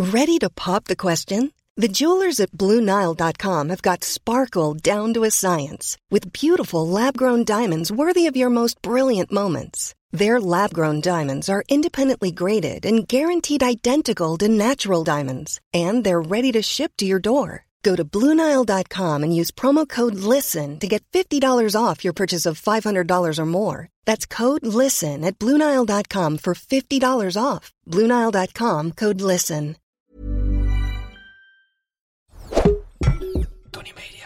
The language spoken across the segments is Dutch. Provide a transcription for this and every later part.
Ready to pop the question? The jewelers at BlueNile.com have got sparkle down to a science with beautiful lab-grown diamonds worthy of your most brilliant moments. Their lab-grown diamonds are independently graded and guaranteed identical to natural diamonds, and they're ready to ship to your door. Go to BlueNile.com and use promo code LISTEN to get $50 off your purchase of $500 or more. That's code LISTEN at BlueNile.com for $50 off. BlueNile.com, code LISTEN. Tony Media.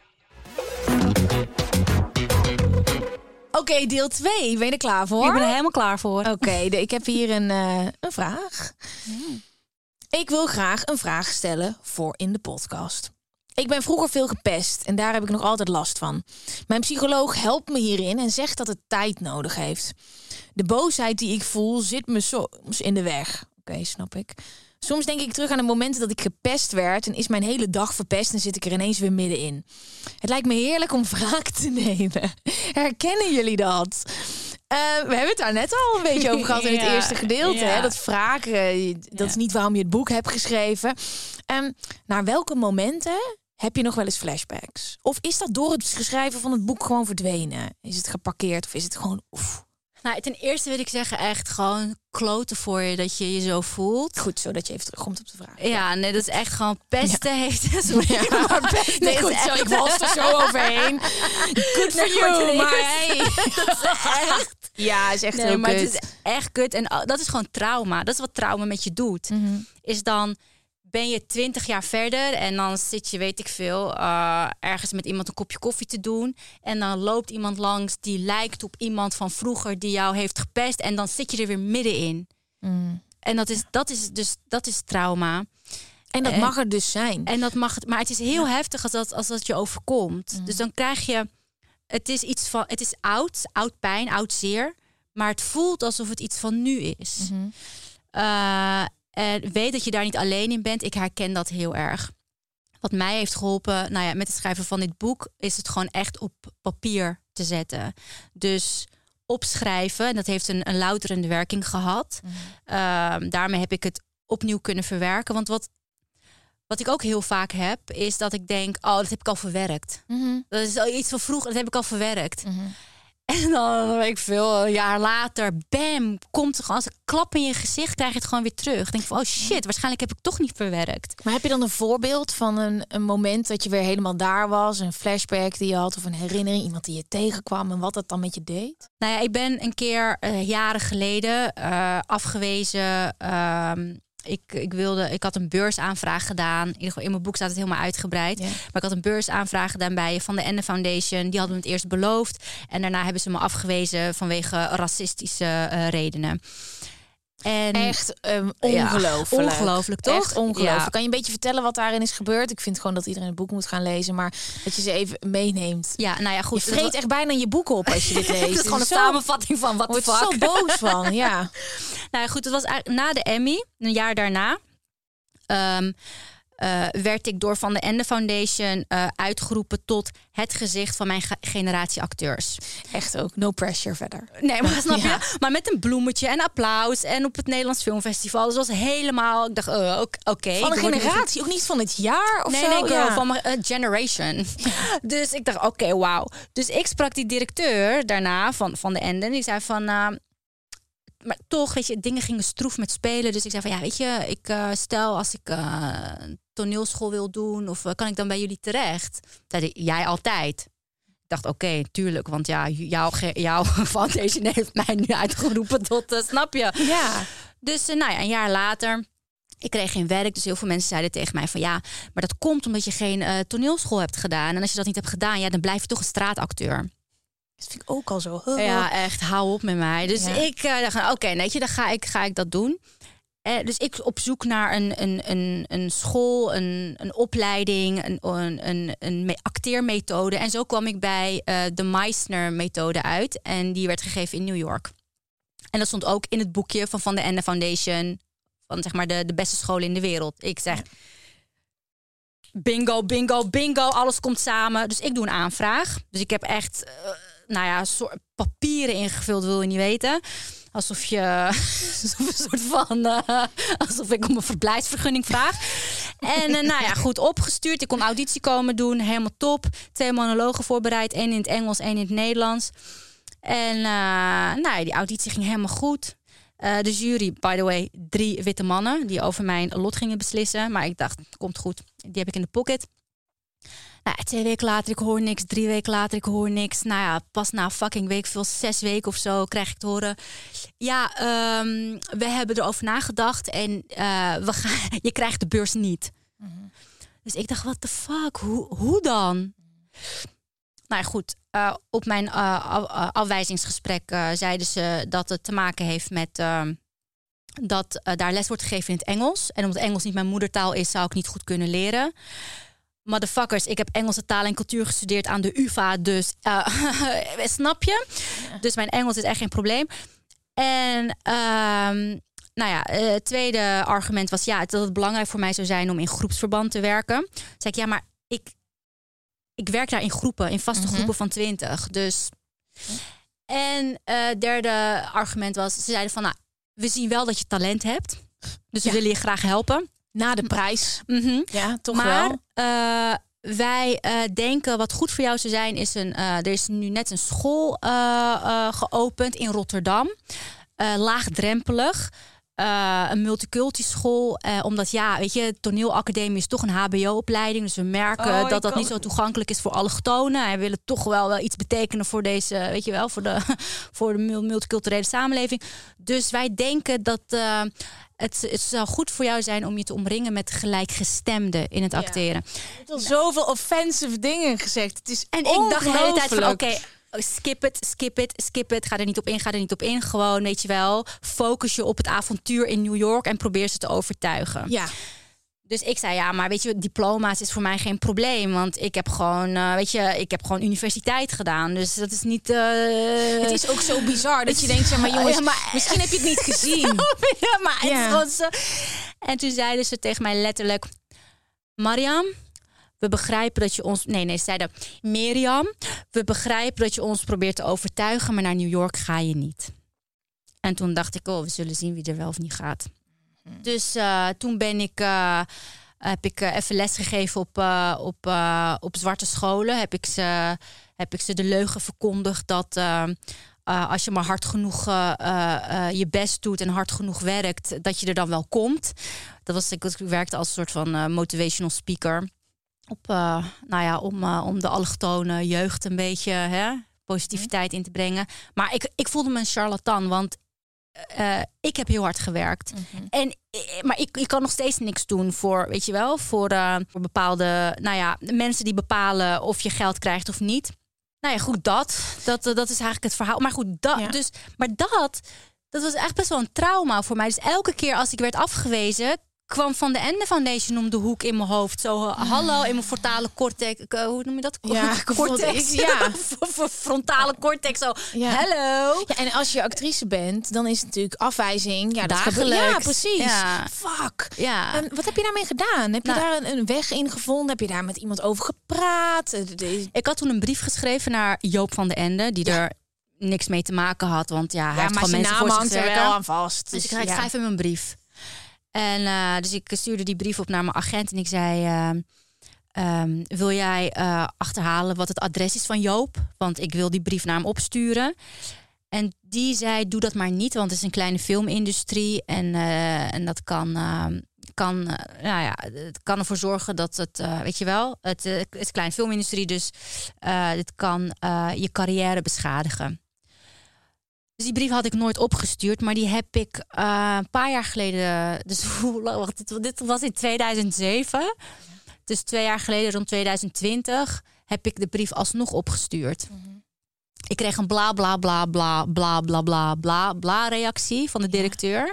Oké, deel 2. Ben je er klaar voor? Ik ben er helemaal klaar voor. Oké, ik heb hier een vraag. Ik wil graag een vraag stellen voor in de podcast. Ik ben vroeger veel gepest en daar heb ik nog altijd last van. Mijn psycholoog helpt me hierin en zegt dat het tijd nodig heeft. De boosheid die ik voel zit me soms in de weg. Oké, snap ik. Soms denk ik terug aan de momenten dat ik gepest werd en is mijn hele dag verpest en zit ik er ineens weer middenin. Het lijkt me heerlijk om wraak te nemen. Herkennen jullie dat? We hebben het daar net al een beetje over gehad in het eerste gedeelte. Ja. Hè? Dat wraken, dat is niet waarom je het boek hebt geschreven. Naar welke momenten heb je nog wel eens flashbacks? Of is dat door het schrijven van het boek gewoon verdwenen? Is het geparkeerd of is het gewoon oef? Nou, ten eerste wil ik zeggen echt gewoon kloten voor je dat je je zo voelt. Goed, zodat je even terugkomt op de vraag. Ja, nee, dat is echt gewoon pesten heeft. Maar best, nee, goed, zo, ik was er zo overheen. Good for you, maar hey. Dat is echt... Ja, is echt Nee, heel maar kut. het is echt kut. En dat is gewoon trauma. Dat is wat trauma met je doet. Is dan ben je 20 jaar verder en dan zit je, weet ik veel, ergens met iemand een kopje koffie te doen. En dan loopt iemand langs die lijkt op iemand van vroeger die jou heeft gepest. En dan zit je er weer middenin. En dat is trauma. En dat mag er dus zijn. En dat mag het, maar het is heel heftig als dat je overkomt. Dus dan krijg je, het is iets van, het is oud pijn, oud zeer, maar het voelt alsof het iets van nu is. En weet dat je daar niet alleen in bent. Ik herken dat heel erg. Wat mij heeft geholpen, met het schrijven van dit boek, is het gewoon echt op papier te zetten. Dus opschrijven, en dat heeft een louterende werking gehad. Daarmee heb ik het opnieuw kunnen verwerken. Want wat ik ook heel vaak heb, is dat ik denk, dat heb ik al verwerkt. Dat is al iets van vroeger, dat heb ik al verwerkt. En dan, weet ik veel, een jaar later, bam, komt er gewoon als een klap in je gezicht, krijg je het gewoon weer terug. Dan denk ik van, oh shit, waarschijnlijk heb ik toch niet verwerkt. Maar heb je dan een voorbeeld van een moment dat je weer helemaal daar was, een flashback die je had of een herinnering, iemand die je tegenkwam en wat dat dan met je deed? Nou ja, ik ben een keer jaren geleden afgewezen. Ik had een beursaanvraag gedaan. In ieder geval in mijn boek staat het helemaal uitgebreid. Ja. Maar ik had een beursaanvraag gedaan bij Van de Ende Foundation. Die hadden me het eerst beloofd. En daarna hebben ze me afgewezen vanwege racistische redenen. En echt ongelooflijk. Ongelooflijk, toch? Echt ongelooflijk. Ja. Kan je een beetje vertellen wat daarin is gebeurd? Ik vind gewoon dat iedereen het boek moet gaan lezen. Maar dat je ze even meeneemt. Ja, nou ja, goed. Je vreet echt bijna je boek op als je dit leest. Het is gewoon een samenvatting van wat de fuck. Ik word zo boos van, ja. Nou ja, goed, het was eigenlijk na de Emmy, een jaar daarna, werd ik door Van de Ende Foundation uitgeroepen tot het gezicht van mijn generatie acteurs. Echt ook, no pressure verder. Nee, maar snap je? Maar met een bloemetje en applaus en op het Nederlands Filmfestival. Dus was helemaal, ik dacht, oké. Van een generatie, ook niet van het jaar of nee, zo? Nee, girl, van mijn generation. Dus ik dacht, oké, wauw. Dus ik sprak die directeur daarna van de Ende en die zei van, maar toch, weet je, dingen gingen stroef met spelen. Dus ik zei van, ja, weet je, ik stel als ik toneelschool wil doen, of kan ik dan bij jullie terecht? Zei jij altijd. Ik dacht, oké, tuurlijk, want ja, jouw foundation heeft mij nu uitgeroepen tot, snap je? Ja. Dus een jaar later, ik kreeg geen werk, dus heel veel mensen zeiden tegen mij van, ja, maar dat komt omdat je geen toneelschool hebt gedaan. En als je dat niet hebt gedaan, ja, dan blijf je toch een straatacteur. Dat vind ik ook al zo. Ja, echt, hou op met mij. Dus ik dacht, oké, weet je, dan ga ik dat doen. Dus ik op zoek naar een school, een opleiding, een acteermethode. En zo kwam ik bij de Meisner-methode uit. En die werd gegeven in New York. En dat stond ook in het boekje van de Ende Foundation. Van zeg maar de beste scholen in de wereld. Ik zeg, bingo, bingo, bingo. Alles komt samen. Dus ik doe een aanvraag. Dus ik heb echt... soort papieren ingevuld, wil je niet weten. Alsof je een soort van alsof ik om een verblijfsvergunning vraag. En nou ja, goed opgestuurd. Ik kon auditie komen doen, helemaal top. 2 monologen voorbereid, 1 in het Engels, 1 in het Nederlands. En nou ja, die auditie ging helemaal goed. De jury, by the way, 3 witte mannen die over mijn lot gingen beslissen. Maar ik dacht, komt goed. Die heb ik in de pocket. Nou, 2 weken later, ik hoor niks. 3 weken later, ik hoor niks. Nou ja, pas na fucking week, 6 weken of zo, krijg ik te horen. Ja, we hebben erover nagedacht en je krijgt de beurs niet. Mm-hmm. Dus ik dacht, what the fuck? Hoe dan? Nou ja, goed. Op mijn afwijzingsgesprek zeiden ze dat het te maken heeft met dat daar les wordt gegeven in het Engels. En omdat Engels niet mijn moedertaal is, zou ik niet goed kunnen leren. Motherfuckers, ik heb Engelse taal en cultuur gestudeerd aan de UvA, dus snap je? Ja. Dus mijn Engels is echt geen probleem. En nou ja, het tweede argument was dat het belangrijk voor mij zou zijn om in groepsverband te werken. Toen zei ik, ja, maar ik werk daar in groepen, in vaste groepen van 20. Dus. En derde argument was, ze zeiden van, nou, we zien wel dat je talent hebt. Dus we willen je graag helpen. Na de prijs. Mm-hmm. Ja, toch wel. Maar wij denken wat goed voor jou zou zijn, is er is nu net een school geopend in Rotterdam. Laagdrempelig. Een multiculti school. Omdat weet je, toneelacademie is toch een hbo-opleiding. Dus we merken dat niet zo toegankelijk is voor allochtonen. En we willen toch wel iets betekenen voor deze, weet je wel, voor de multiculturele samenleving. Dus wij denken dat het zou goed voor jou zijn om je te omringen met gelijkgestemden in het acteren. Je hebt al zoveel offensive dingen gezegd. Het is en ik dacht de hele tijd van oké, skip it. Ga er niet op in. Gewoon, weet je wel, focus je op het avontuur in New York en probeer ze te overtuigen. Ja. Dus ik zei, ja, maar weet je, diploma's is voor mij geen probleem. Want ik heb gewoon, universiteit gedaan. Dus dat is niet. Het is ook zo bizar dat je denkt, zeg maar jongens, misschien heb je het niet gezien. Het was zo. En toen zeiden ze tegen mij letterlijk, Mariam, we begrijpen dat je ons. Nee, ze zeiden, Mirjam, we begrijpen dat je ons probeert te overtuigen, maar naar New York ga je niet. En toen dacht ik, we zullen zien wie er wel of niet gaat. Dus toen heb ik even lesgegeven op zwarte scholen. Heb ik ze de leugen verkondigd dat als je maar hard genoeg je best doet en hard genoeg werkt, dat je er dan wel komt. Ik werkte als een soort van motivational speaker. Om de allochtone jeugd een beetje positiviteit in te brengen. Maar ik voelde me een charlatan, want ik heb heel hard gewerkt. Maar ik kan nog steeds niks doen voor, weet je wel, voor bepaalde, mensen die bepalen of je geld krijgt of niet. Nou ja, goed, dat is eigenlijk het verhaal. Maar goed, dat was echt best wel een trauma voor mij. Dus elke keer als ik werd afgewezen, kwam Van de Ende Foundation om de hoek in mijn hoofd. Zo, hallo, in mijn frontale cortex. Hoe noem je dat? Cortex. Ja. Frontale cortex. Zo, hello. Ja, en als je actrice bent, dan is het natuurlijk afwijzing. Ja, dagelijks. Ja, precies. Ja. Fuck. Ja. En wat heb je daarmee gedaan? Heb je daar een weg in gevonden? Heb je daar met iemand over gepraat? Ik had toen een brief geschreven naar Joop van de Ende, die er niks mee te maken had. Want hij heeft gewoon mensen voor zich er wel aan vast. Dus ik schrijf hem een brief. En dus ik stuurde die brief op naar mijn agent en ik zei, wil jij achterhalen wat het adres is van Joop? Want ik wil die brief naar hem opsturen. En die zei, doe dat maar niet, want het is een kleine filmindustrie. En dat het kan ervoor zorgen dat het, weet je wel, het is een kleine filmindustrie, dus het kan je carrière beschadigen. Dus die brief had ik nooit opgestuurd, maar die heb ik een paar jaar geleden. Dus dit was in 2007. Dus 2 jaar geleden, rond 2020, heb ik de brief alsnog opgestuurd. Ik kreeg een bla bla bla bla bla bla bla bla bla reactie van de directeur.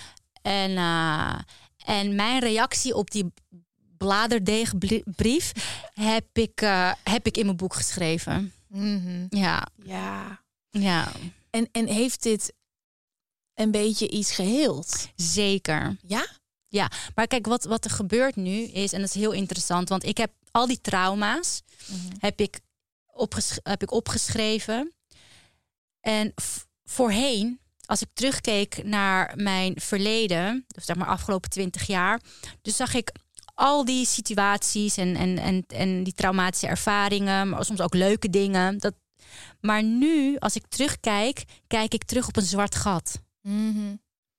En mijn reactie op die bladerdeegbrief heb ik in mijn boek geschreven. Ja. En heeft dit een beetje iets geheeld? Zeker. Ja? Ja, maar kijk, wat er gebeurt nu is, en dat is heel interessant, want ik heb al die trauma's heb ik opgeschreven. En voorheen als ik terugkeek naar mijn verleden, dus zeg maar afgelopen 20 jaar, dus zag ik al die situaties en die traumatische ervaringen, maar soms ook leuke dingen. Maar nu, als ik terugkijk, kijk ik terug op een zwart gat. Mm-hmm.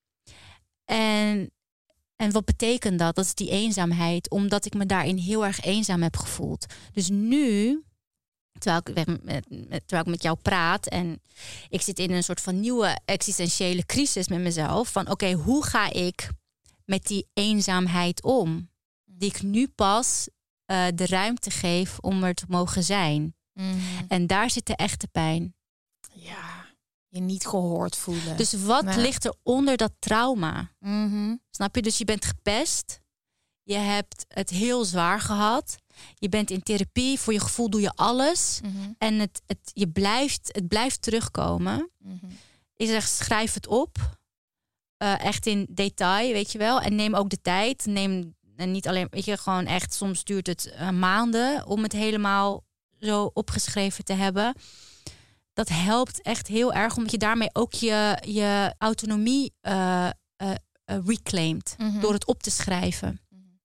En wat betekent dat? Dat is die eenzaamheid, omdat ik me daarin heel erg eenzaam heb gevoeld. Dus nu, terwijl ik met jou praat en ik zit in een soort van nieuwe existentiële crisis met mezelf, van oké, hoe ga ik met die eenzaamheid om? Die ik nu pas de ruimte geef om er te mogen zijn. Mm-hmm. En daar zit de echte pijn. Ja, je niet gehoord voelen. Dus wat ligt er onder dat trauma? Mm-hmm. Snap je? Dus je bent gepest. Je hebt het heel zwaar gehad. Je bent in therapie. Voor je gevoel doe je alles. Mm-hmm. En het blijft terugkomen. Mm-hmm. Ik zeg, schrijf het op. Echt in detail, weet je wel. En neem ook de tijd. En niet alleen, weet je, gewoon echt, soms duurt het maanden om het helemaal zo opgeschreven te hebben. Dat helpt echt heel erg, omdat je daarmee ook je autonomie reclaimt. Mm-hmm. Door het op te schrijven.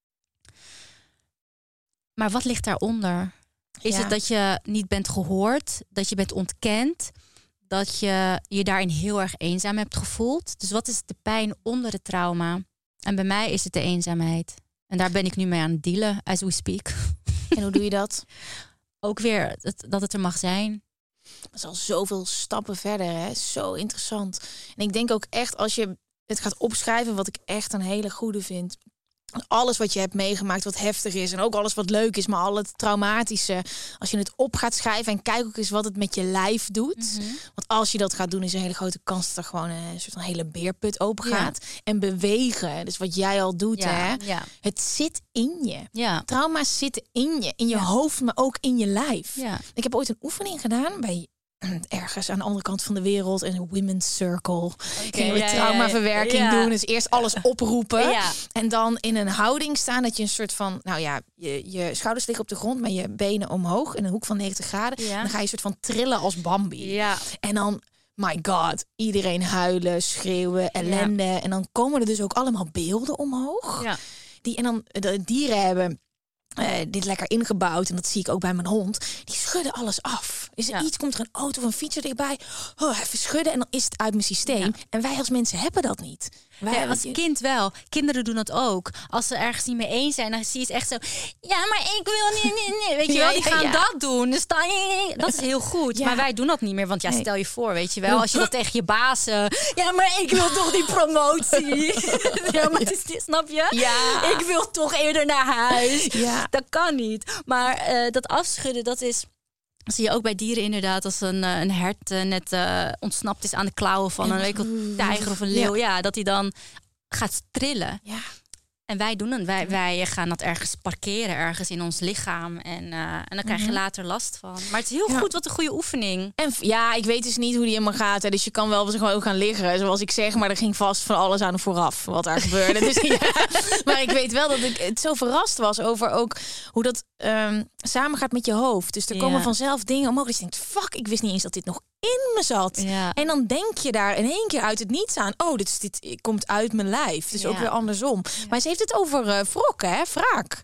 Maar wat ligt daaronder? Is het dat je niet bent gehoord? Dat je bent ontkend? Dat je je daarin heel erg eenzaam hebt gevoeld? Dus wat is de pijn onder het trauma? En bij mij is het de eenzaamheid. En daar ben ik nu mee aan het dealen, as we speak. En hoe doe je dat? Ook weer dat het er mag zijn. Dat is al zoveel stappen verder, hè? Zo interessant. En ik denk ook echt, als je het gaat opschrijven, wat ik echt een hele goede vind. Alles wat je hebt meegemaakt wat heftig is. En ook alles wat leuk is, maar al het traumatische. Als je het op gaat schrijven en kijk ook eens wat het met je lijf doet. Mm-hmm. Want als je dat gaat doen, is een hele grote kans dat er gewoon een soort van hele beerput open gaat. En bewegen. Dus wat jij al doet, hè. Ja. Het zit in je. Ja. Trauma's zitten in je. In je hoofd, maar ook in je lijf. Ja. Ik heb ooit een oefening gedaan bij ergens aan de andere kant van de wereld, in een women's circle. Gingen we traumaverwerking doen. Dus eerst alles oproepen. Ja. En dan in een houding staan dat je een soort van, nou ja, je schouders liggen op de grond, maar je benen omhoog in een hoek van 90 graden. Ja. En dan ga je een soort van trillen als Bambi. Ja. En dan, my god, iedereen huilen, schreeuwen, ellende. Ja. En dan komen er dus ook allemaal beelden omhoog. Ja. En dan de dieren hebben dit lekker ingebouwd. En dat zie ik ook bij mijn hond. Die schudden alles af. Is er iets, komt er een auto of een fietser dichtbij. Oh, even schudden en dan is het uit mijn systeem. Ja. En wij als mensen hebben dat niet. Wij als kind wel. Kinderen doen dat ook. Als ze ergens niet mee eens zijn, dan zie je het echt zo. Ja, maar ik wil niet. Weet je wel, die gaan dat doen. Dus dat is heel goed. Ja. Maar wij doen dat niet meer. Want stel je voor, weet je wel. Als je dat tegen je baas... ja, maar ik wil toch die promotie. Ja, maar het is niet, snap je? Ja. Ik wil toch eerder naar huis. Ja. Dat kan niet. Maar dat afschudden, dat is... zie je ook bij dieren inderdaad, als een hert net ontsnapt is aan de klauwen van een tijger of een leeuw. Ja, dat hij dan gaat trillen. Ja. En wij doen het. Wij gaan dat ergens parkeren, ergens in ons lichaam. En dan krijg je later last van. Maar het is heel goed, wat een goede oefening. En ik weet dus niet hoe die helemaal gaat. Hè. Dus je kan wel gewoon gaan liggen, zoals ik zeg. Maar er ging vast van alles aan vooraf wat daar gebeurde. Dus, maar ik weet wel dat ik het zo verrast was over ook hoe dat samen gaat met je hoofd. Dus er komen vanzelf dingen omhoog. Dus je denkt, fuck, ik wist niet eens dat dit nog in me zat. Ja. En dan denk je daar in één keer uit het niets aan. Oh, dit komt uit mijn lijf. Dus ook weer andersom. Ja. Maar ze heeft het over wrokken, hè? Wraak.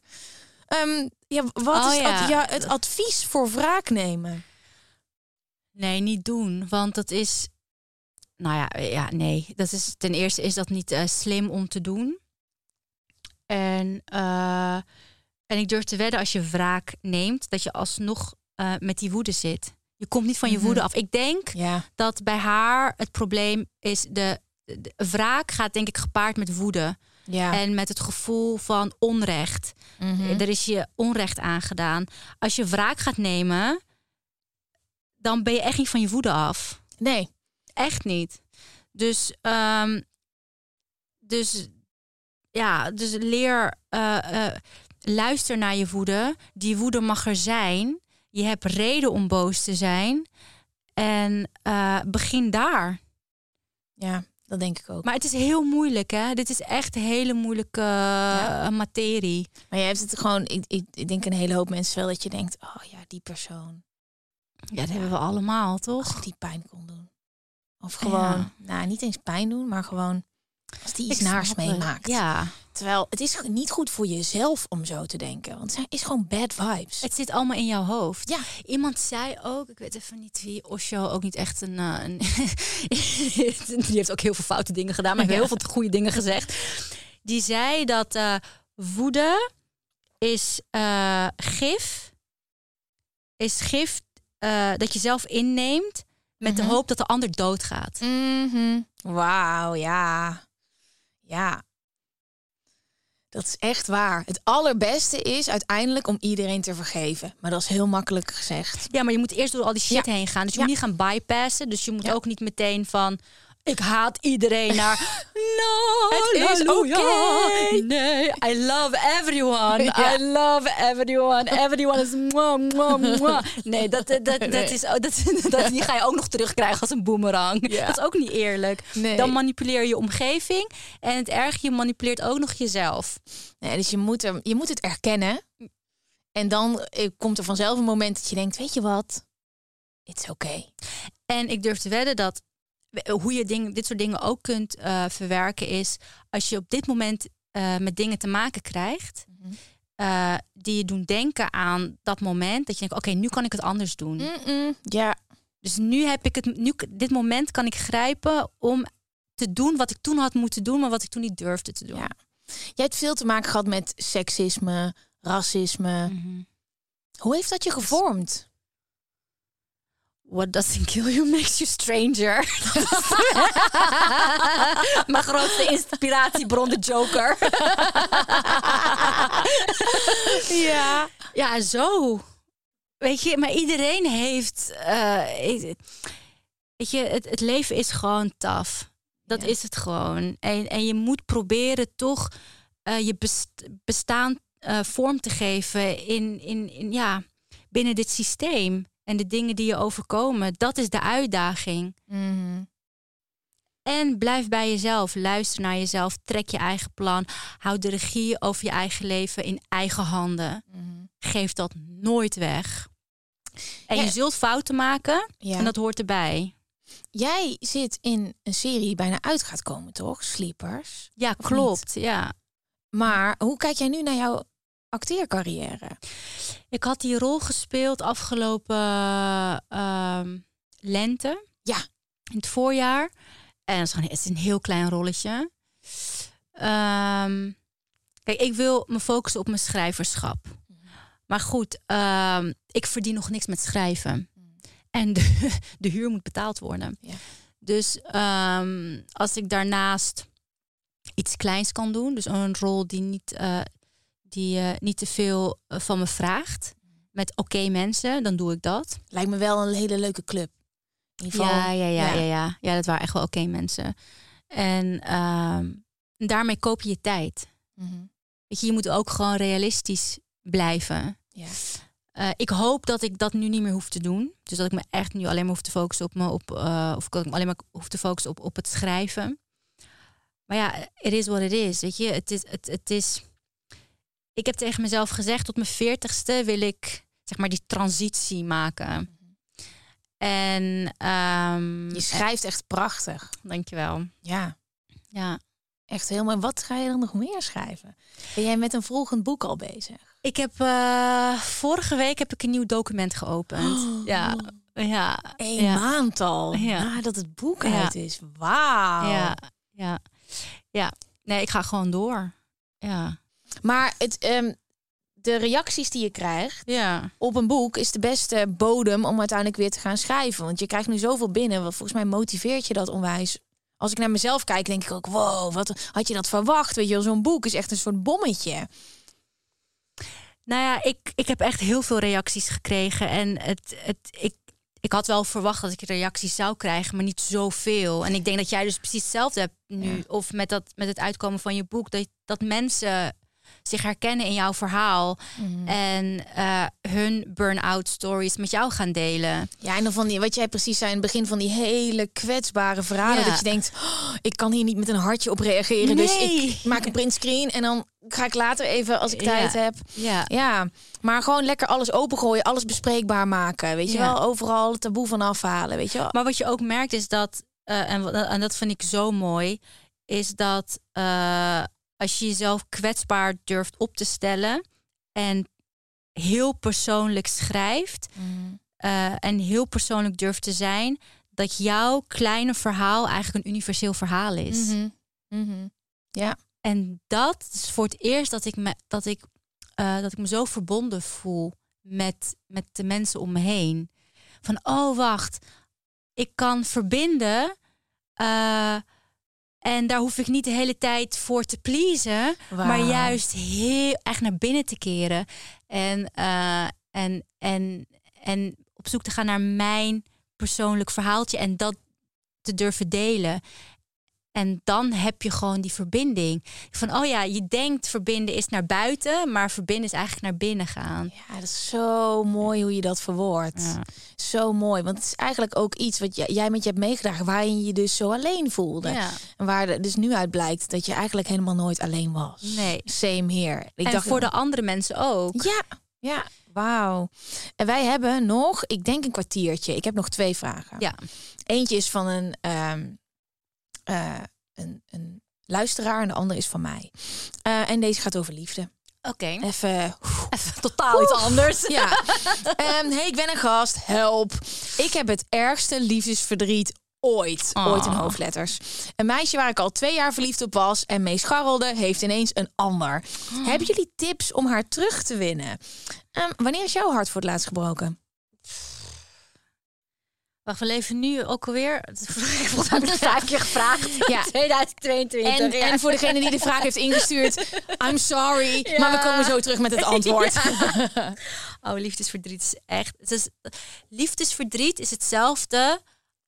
Wat is het advies voor wraak nemen? Nee, niet doen. Want dat is... nee. Dat is, ten eerste is dat niet slim om te doen. En ik durf te wedden, als je wraak neemt, dat je alsnog met die woede zit. Je komt niet van je woede af. Ik denk dat bij haar het probleem is... De wraak gaat denk ik gepaard met woede. Ja. En met het gevoel van onrecht. Er is je onrecht aangedaan. Als je wraak gaat nemen, dan ben je echt niet van je woede af. Nee. Echt niet. Dus leer... luister naar je woede. Die woede mag er zijn. Je hebt reden om boos te zijn. En begin daar. Ja, dat denk ik ook. Maar het is heel moeilijk, hè? Dit is echt een hele moeilijke materie. Maar je hebt het gewoon... Ik denk een hele hoop mensen wel dat je denkt... Oh ja, die persoon. Ja, dat hebben we allemaal, toch? Als ik die pijn kon doen. Of gewoon, niet eens pijn doen, maar gewoon als die iets naars meemaakt. Ja. Terwijl het is niet goed voor jezelf om zo te denken. Want het is gewoon bad vibes. Het zit allemaal in jouw hoofd. Ja. Iemand zei ook, ik weet even niet wie, Osho, ook niet echt een die heeft ook heel veel foute dingen gedaan, maar heeft heel veel goede dingen gezegd. Die zei dat woede is gif. Is gif dat je zelf inneemt met de hoop dat de ander doodgaat. Wauw, ja. Ja. Dat is echt waar. Het allerbeste is uiteindelijk om iedereen te vergeven. Maar dat is heel makkelijk gezegd. Ja, maar je moet eerst door al die shit heen gaan. Dus je moet niet gaan bypassen. Dus je moet ook niet meteen van... Ik haat iedereen naar... No, het is oké. Nee, I love everyone. I love everyone. Everyone is... Nee, die ga je ook nog terugkrijgen als een boemerang. Ja. Dat is ook niet eerlijk. Nee. Dan manipuleer je omgeving. En het erg, je manipuleert ook nog jezelf. Nee, dus je moet het erkennen. En dan komt er vanzelf een moment dat je denkt... Weet je wat? It's okay. En ik durf te wedden dat... Hoe je dit soort dingen ook kunt verwerken is... als je op dit moment met dingen te maken krijgt... die je doen denken aan dat moment... dat je denkt, oké, nu kan ik het anders doen. Ja. Dus nu heb ik dit moment kan ik grijpen... om te doen wat ik toen had moeten doen... maar wat ik toen niet durfde te doen. Ja. Jij hebt veel te maken gehad met seksisme, racisme. Hoe heeft dat je gevormd? What doesn't kill you makes you stranger. Mijn grootste inspiratiebron, de Joker. Ja, zo. Weet je, maar iedereen heeft... weet je, het leven is gewoon tough. Dat is het gewoon. En je moet proberen toch je bestaan vorm te geven binnen dit systeem. En de dingen die je overkomen, dat is de uitdaging. En blijf bij jezelf. Luister naar jezelf. Trek je eigen plan. Houd de regie over je eigen leven in eigen handen. Geef dat nooit weg. En je zult fouten maken. Ja. En dat hoort erbij. Jij zit in een serie die bijna uit gaat komen, toch? Sleepers. Ja, klopt. Ja. Maar hoe kijk jij nu naar jouw acteercarrière? Ik had die rol gespeeld afgelopen lente. Ja. In het voorjaar. En het is een heel klein rolletje. Kijk, ik wil me focussen op mijn schrijverschap. Maar goed, ik verdien nog niks met schrijven. En de huur moet betaald worden. Ja. Dus als ik daarnaast iets kleins kan doen... dus een rol die niet te veel van me vraagt... met oké mensen, dan doe ik dat. Lijkt me wel een hele leuke club. In ieder geval, ja, dat waren echt wel oké mensen. En daarmee koop je tijd. Weet je moet ook gewoon realistisch blijven. Ja. Ik hoop dat ik dat nu niet meer hoef te doen. Dus dat ik me echt nu alleen maar hoef te focussen of dat ik me alleen maar hoef te focussen op het schrijven. Maar ja, it is what it is. Weet je, het is. Ik heb tegen mezelf gezegd, tot mijn 40ste wil ik zeg maar die transitie maken. En je schrijft echt prachtig. Dankjewel. Ja. Ja. Echt heel mooi. Wat ga je dan nog meer schrijven? Ben jij met een volgend boek al bezig? Ik heb vorige week heb ik een nieuw document geopend. Oh. Ja. Een maand al. Nadat het boek uit is. Wauw. Ja. Nee, ik ga gewoon door. Ja. Maar de reacties die je krijgt op een boek is de beste bodem om uiteindelijk weer te gaan schrijven. Want je krijgt nu zoveel binnen. Want volgens mij motiveert je dat onwijs. Als ik naar mezelf kijk, denk ik ook, wow, wat had je dat verwacht? Weet je wel, zo'n boek is echt een soort bommetje. Nou ja, ik heb echt heel veel reacties gekregen. En ik had wel verwacht dat ik reacties zou krijgen, maar niet zoveel. En ik denk dat jij dus precies hetzelfde hebt nu. Ja. Of met het uitkomen van je boek. Dat mensen zich herkennen in jouw verhaal. En hun burn-out stories met jou gaan delen. Ja, en dan van wat jij precies zei in het begin van die hele kwetsbare verhalen. Ja. Dat je denkt, ik kan hier niet met een hartje op reageren. Nee. Dus ik maak een printscreen en dan ga ik later even als ik tijd heb. Ja, maar gewoon lekker alles opengooien, alles bespreekbaar maken. Weet je wel, overal het taboe van afhalen. Weet je wel. Maar wat je ook merkt is dat en dat vind ik zo mooi, is dat als je jezelf kwetsbaar durft op te stellen en heel persoonlijk schrijft en heel persoonlijk durft te zijn, dat jouw kleine verhaal eigenlijk een universeel verhaal is. Ja. En dat is voor het eerst dat ik me zo verbonden voel met de mensen om me heen. Van, oh wacht, ik kan verbinden en daar hoef ik niet de hele tijd voor te pleasen, maar juist heel erg naar binnen te keren en op zoek te gaan naar mijn persoonlijk verhaaltje en dat te durven delen. En dan heb je gewoon die verbinding. Van, oh ja, je denkt verbinden is naar buiten, maar verbinden is eigenlijk naar binnen gaan. Ja, dat is zo mooi hoe je dat verwoordt. Ja. Zo mooi, want het is eigenlijk ook iets wat jij met je hebt meegedragen, waarin je je dus zo alleen voelde. Ja. En waar er dus nu uit blijkt dat je eigenlijk helemaal nooit alleen was. Nee. Same here. Ik dacht voor de andere mensen ook. Ja. Wauw. En wij hebben nog, ik denk een kwartiertje. Ik heb nog 2 vragen. Ja. Eentje is van een luisteraar en de andere is van mij. En deze gaat over liefde. Oké. Even totaal iets anders. Ja. Hey, ik ben een gast. Help. Ik heb het ergste liefdesverdriet ooit in hoofdletters. Een meisje waar ik al 2 jaar verliefd op was en mee scharrelde, heeft ineens een ander. Hebben jullie tips om haar terug te winnen? Wanneer is jouw hart voor het laatst gebroken? Wacht, we leven nu ook alweer. Volgens mij heb ik 5 keer gevraagd. Ja. 2022. En voor degene die de vraag heeft ingestuurd, I'm sorry, maar we komen zo terug met het antwoord. Ja. Oh, liefdesverdriet is echt. Liefdesverdriet is hetzelfde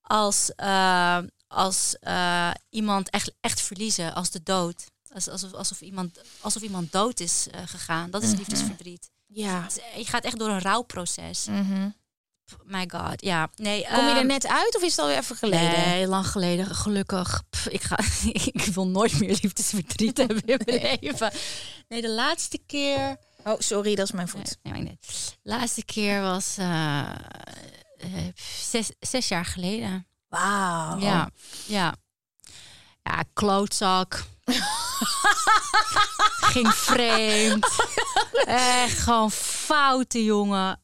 als iemand echt verliezen, als de dood. Alsof iemand dood is gegaan. Dat is liefdesverdriet. Ja. Je gaat echt door een rouwproces. My god, ja. Nee, kom je er net uit of is het alweer even geleden? Nee, lang geleden, gelukkig. Ik wil nooit meer liefdesverdriet hebben in mijn leven. Nee, de laatste keer... Oh, sorry, dat is mijn voet. Nee. De laatste keer was 6 jaar geleden. Wauw. Ja, klootzak. Ging vreemd. Echt gewoon foute jongen.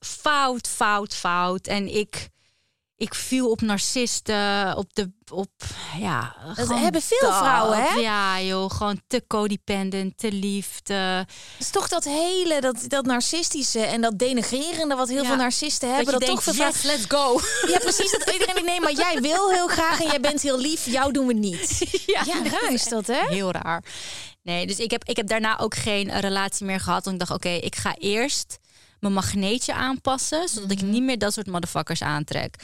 Fout. En ik viel op narcisten. Dat hebben veel vrouwen, hè? Ja, joh. Gewoon te codependent, te lief. Het is toch dat hele, dat narcistische en dat denigrerende wat heel veel narcisten hebben. Dat denkt, toch yes, let's go. Ja, precies. Dat iedereen denkt, nee, maar jij wil heel graag en jij bent heel lief. Jou doen we niet. Ja, raar is dat, hè? Heel raar. Nee, dus ik heb daarna ook geen relatie meer gehad. Want ik dacht, oké, ik ga eerst mijn magneetje aanpassen, zodat ik niet meer dat soort motherfuckers aantrek.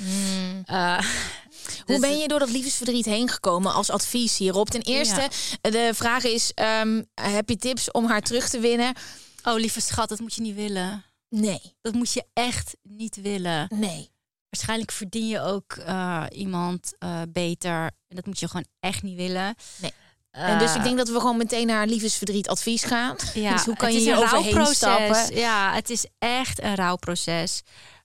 Hoe ben je door dat liefdesverdriet heen gekomen als advies hierop? Ten eerste, de vraag is, heb je tips om haar terug te winnen? Oh, lieve schat, dat moet je niet willen. Nee. Dat moet je echt niet willen. Nee. Waarschijnlijk verdien je ook iemand beter. En dat moet je gewoon echt niet willen. Nee. En dus ik denk dat we gewoon meteen naar liefdesverdriet advies gaan. Ja, dus hoe kan je hier overheen stappen? Ja, het is echt een rouwproces.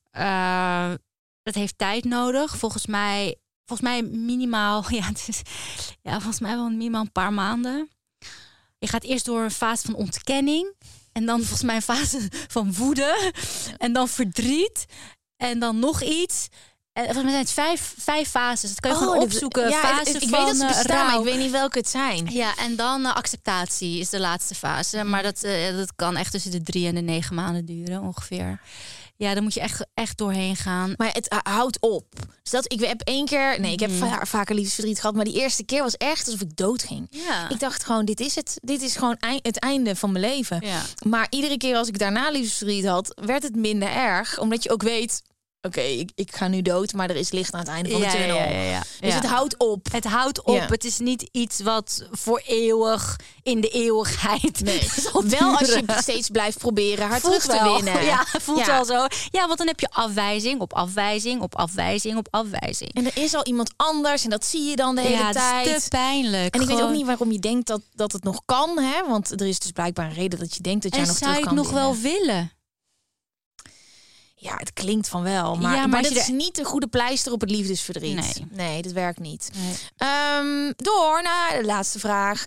Het heeft tijd nodig. Volgens mij minimaal. Volgens mij wel minimaal een paar maanden. Je gaat eerst door een fase van ontkenning. En dan volgens mij een fase van woede. En dan verdriet. En dan nog iets. En volgens mij zijn het 5 fases. Dat kan je gewoon opzoeken. Ik weet dat ze bestaan, maar ik weet niet welke het zijn. Ja, en dan acceptatie is de laatste fase. Maar dat kan echt tussen de 3 en de 9 maanden duren ongeveer. Ja, daar moet je echt doorheen gaan. Maar het houdt op. Dus ik heb 1 keer... Nee, ik heb vaker liefdesverdriet gehad. Maar die eerste keer was echt alsof ik doodging. Ja. Ik dacht gewoon, dit is het. Dit is gewoon het einde van mijn leven. Ja. Maar iedere keer als ik daarna liefdesverdriet had, werd het minder erg. Omdat je ook weet, oké, ik ga nu dood, maar er is licht aan het einde van de tunnel. Ja. Dus het houdt op. Het houdt op. Ja. Het is niet iets wat voor eeuwig in de eeuwigheid. Nee. Wel als je steeds blijft proberen haar terug te winnen. Ja, voelt wel zo. Ja, want dan heb je afwijzing op afwijzing op afwijzing op afwijzing. En er is al iemand anders en dat zie je dan de hele tijd. Het is te pijnlijk. En ik weet ook niet waarom je denkt dat het nog kan, hè? Want er is dus blijkbaar een reden dat je denkt dat jij nog terug kan winnen. En zou ik nog wel willen? Ja, het klinkt van wel. Maar dat is niet een goede pleister op het liefdesverdriet. Nee, dat werkt niet. Nee. Door naar de laatste vraag.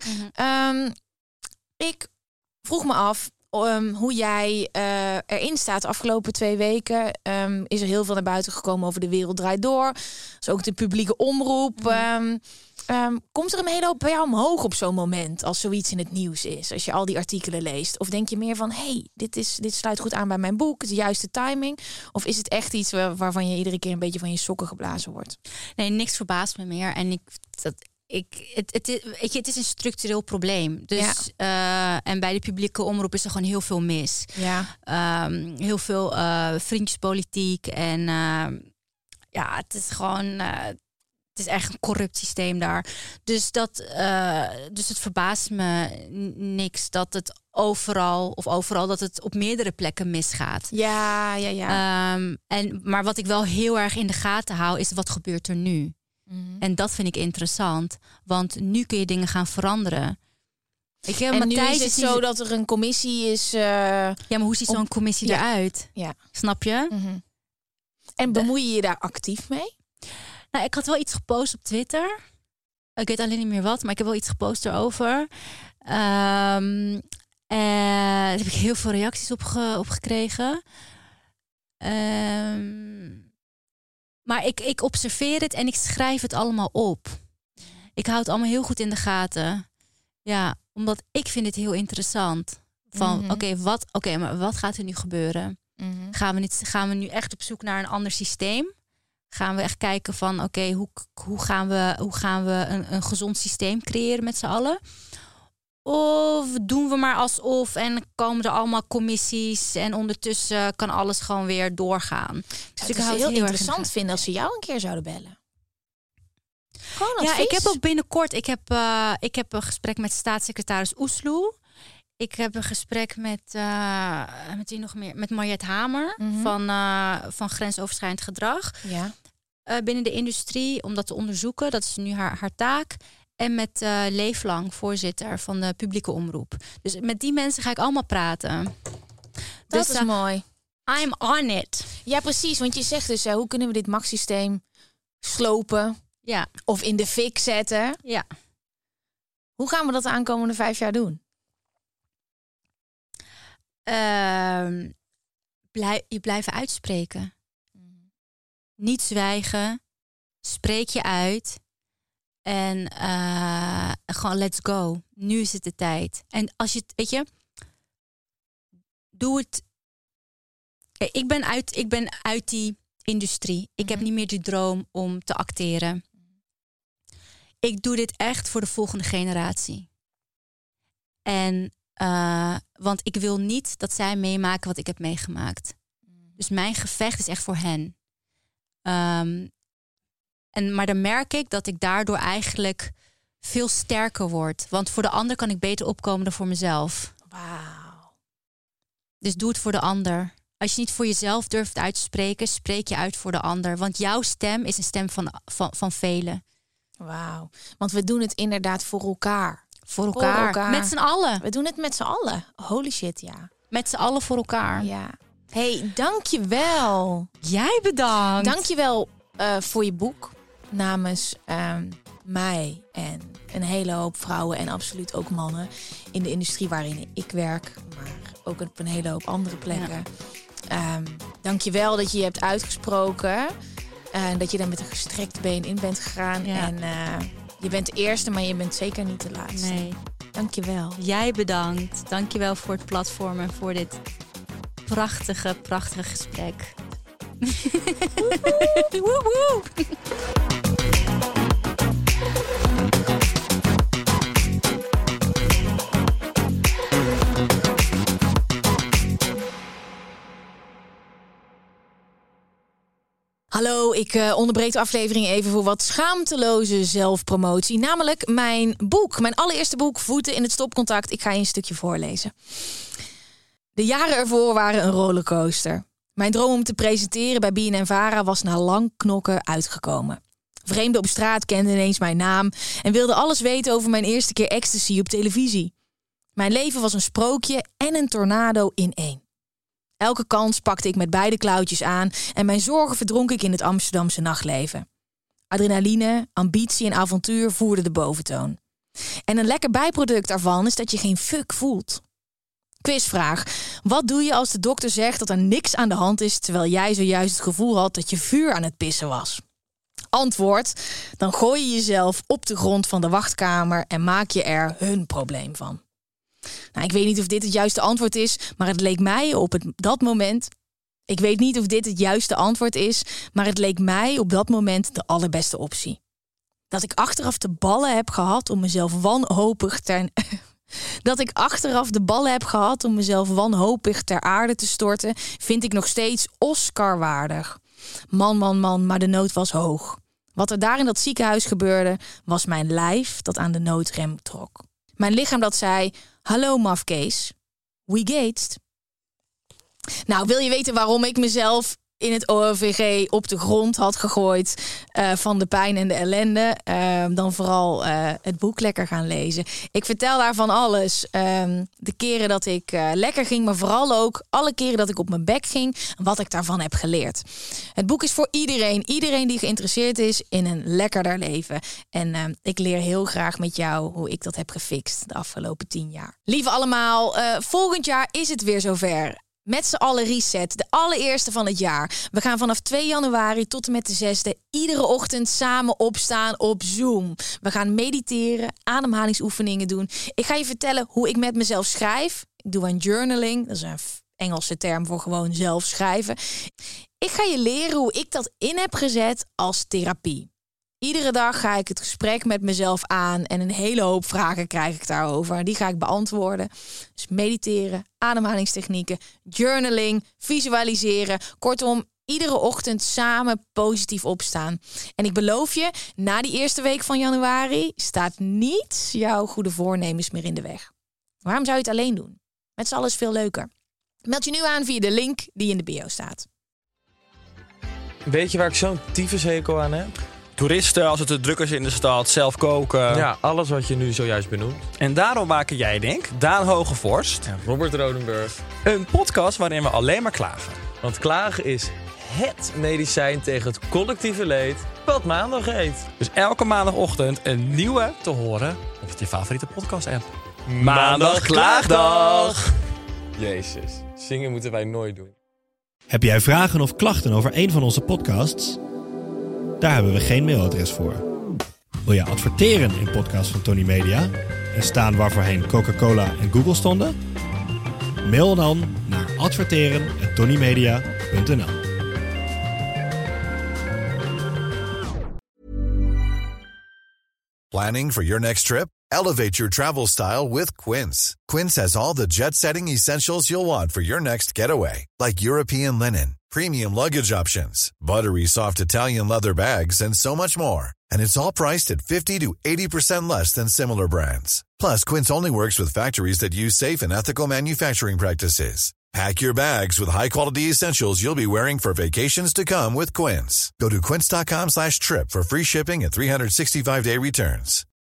Ik vroeg me af hoe jij erin staat. De afgelopen 2 weken is er heel veel naar buiten gekomen over De Wereld Draait Door. Dus ook de publieke omroep. Komt er een hele hoop bij jou omhoog op zo'n moment als zoiets in het nieuws is? Als je al die artikelen leest? Of denk je meer van, dit sluit goed aan bij mijn boek, het is de juiste timing? Of is het echt iets waarvan je iedere keer een beetje van je sokken geblazen wordt? Nee, niks verbaast me meer. En het is een structureel probleem. Dus, en bij de publieke omroep is er gewoon heel veel mis. Ja. Heel veel vriendjespolitiek. En het is gewoon... Het is echt een corrupt systeem daar. Dus het verbaast me niks dat het overal dat het op meerdere plekken misgaat. Ja. Maar wat ik wel heel erg in de gaten hou, is wat gebeurt er nu? En dat vind ik interessant. Want nu kun je dingen gaan veranderen. En nu is het zo dat er een commissie is... Ja, maar hoe ziet zo'n commissie eruit? Ja. Snap je? En bemoei je je daar actief mee? Nou, ik had wel iets gepost op Twitter. Ik weet alleen niet meer wat, maar ik heb wel iets gepost erover. Daar heb ik heel veel reacties op gekregen. Maar ik observeer het en ik schrijf het allemaal op. Ik hou het allemaal heel goed in de gaten. Ja, omdat ik vind het heel interessant. Van maar wat gaat er nu gebeuren? Gaan we nu echt op zoek naar een ander systeem? Gaan we echt kijken van hoe gaan we een gezond systeem creëren met z'n allen? Of doen we maar alsof en komen er allemaal commissies en ondertussen kan alles gewoon weer doorgaan. Dus ik zou het heel interessant vinden als ze jou een keer zouden bellen. Gewoon advies. Ja, ik heb ook binnenkort. Ik heb een gesprek met staatssecretaris Oesloe. Ik heb een gesprek met wie nog meer? Met Mariette Hamer van grensoverschrijdend gedrag. Ja. Binnen de industrie, om dat te onderzoeken. Dat is nu haar taak. En met Leeflang, voorzitter van de publieke omroep. Dus met die mensen ga ik allemaal praten. Dat is mooi. I'm on it. Ja, precies. Want je zegt dus, hoe kunnen we dit machtssysteem slopen? Ja. Of in de fik zetten? Ja. Hoe gaan we dat de aankomende 5 jaar doen? Je blijven uitspreken. Niet zwijgen. Spreek je uit. En gewoon let's go. Nu is het de tijd. En als je, weet je, doe het. Ik ben uit die industrie. Ik heb niet meer die droom om te acteren. Ik doe dit echt voor de volgende generatie. En want ik wil niet dat zij meemaken wat ik heb meegemaakt. Dus mijn gevecht is echt voor hen. Maar dan merk ik dat ik daardoor eigenlijk veel sterker word. Want voor de ander kan ik beter opkomen dan voor mezelf. Wauw. Dus doe het voor de ander. Als je niet voor jezelf durft uit te spreken, spreek je uit voor de ander. Want jouw stem is een stem van velen. Wauw. Want we doen het inderdaad voor elkaar. Voor elkaar. Met z'n allen. We doen het met z'n allen. Holy shit, ja. Met z'n allen voor elkaar. Ja. Hey, dankjewel. Jij bedankt. Dankjewel voor je boek. Namens mij en een hele hoop vrouwen en absoluut ook mannen in de industrie waarin ik werk, maar ook op een hele hoop andere plekken. Ja. Dankjewel dat je hebt uitgesproken en dat je daar met een gestrekt been in bent gegaan. Ja. En je bent de eerste, maar je bent zeker niet de laatste. Nee. Dankjewel. Jij bedankt. Dankjewel voor het platform en voor dit prachtige gesprek. Woehoe. Hallo, ik onderbreek de aflevering even voor wat schaamteloze zelfpromotie. Namelijk mijn boek, mijn allereerste boek, Voeten in het stopcontact. Ik ga je een stukje voorlezen. De jaren ervoor waren een rollercoaster. Mijn droom om te presenteren bij BNNVARA was na lang knokken uitgekomen. Vreemden op straat kenden ineens mijn naam en wilden alles weten over mijn eerste keer ecstasy op televisie. Mijn leven was een sprookje en een tornado in één. Elke kans pakte ik met beide klauwtjes aan en mijn zorgen verdronk ik in het Amsterdamse nachtleven. Adrenaline, ambitie en avontuur voerden de boventoon. En een lekker bijproduct daarvan is dat je geen fuck voelt. Quizvraag. Wat doe je als de dokter zegt dat er niks aan de hand is, terwijl jij zojuist het gevoel had dat je vuur aan het pissen was? Antwoord. Dan gooi je jezelf op de grond van de wachtkamer en maak je er hun probleem van. Nou, ik weet niet of dit het juiste antwoord is, maar het leek mij op dat moment... Ik weet niet of dit het juiste antwoord is, maar het leek mij op dat moment de allerbeste optie. Dat ik achteraf de ballen heb gehad om mezelf wanhopig ter aarde te storten, vind ik nog steeds Oscar-waardig. Man, maar de nood was hoog. Wat er daar in dat ziekenhuis gebeurde, was mijn lijf dat aan de noodrem trok. Mijn lichaam dat zei, hallo mafkees, we gated. Nou, wil je weten waarom ik mezelf in het OLVG op de grond had gegooid van de pijn en de ellende? Dan vooral het boek lekker gaan lezen. Ik vertel daar van alles. De keren dat ik lekker ging, maar vooral ook alle keren dat ik op mijn bek ging. Wat ik daarvan heb geleerd. Het boek is voor iedereen. Iedereen die geïnteresseerd is in een lekkerder leven. En ik leer heel graag met jou hoe ik dat heb gefixt de afgelopen 10 jaar. Lieve allemaal, volgend jaar is het weer zover. Met z'n allen reset, de allereerste van het jaar. We gaan vanaf 2 januari tot en met de 6e... iedere ochtend samen opstaan op Zoom. We gaan mediteren, ademhalingsoefeningen doen. Ik ga je vertellen hoe ik met mezelf schrijf. Ik doe aan journaling, dat is een Engelse term voor gewoon zelf schrijven. Ik ga je leren hoe ik dat in heb gezet als therapie. Iedere dag ga ik het gesprek met mezelf aan en een hele hoop vragen krijg ik daarover. Die ga ik beantwoorden. Dus mediteren, ademhalingstechnieken, journaling, visualiseren. Kortom, iedere ochtend samen positief opstaan. En ik beloof je, na die eerste week van januari staat niet jouw goede voornemens meer in de weg. Waarom zou je het alleen doen? Met z'n allen is veel leuker. Meld je nu aan via de link die in de bio staat. Weet je waar ik zo'n tyfushekel aan heb? Toeristen, als het te druk is in de stad, zelf koken. Ja, alles wat je nu zojuist benoemt. En daarom maken jij, Daan Hogevorst En Robert Rodenburg. een podcast waarin we alleen maar klagen. Want klagen is HET medicijn tegen het collectieve leed wat maandag heet. Dus elke maandagochtend een nieuwe te horen op je favoriete podcast-app. Maandag Klaagdag! Jezus, zingen moeten wij nooit doen. Heb jij vragen of klachten over een van onze podcasts? Daar hebben we geen mailadres voor. Wil je adverteren in podcasts van Tony Media en staan waarvoorheen Coca-Cola en Google stonden? Mail dan naar adverteren@tonymedia.nl. Planning for your next trip? Elevate your travel style with Quince. Quince has all the jet-setting essentials you'll want for your next getaway, like European linen, premium luggage options, buttery soft Italian leather bags, and so much more. And it's all priced at 50 to 80% less than similar brands. Plus, Quince only works with factories that use safe and ethical manufacturing practices. Pack your bags with high-quality essentials you'll be wearing for vacations to come with Quince. Go to quince.com/trip for free shipping and 365-day returns.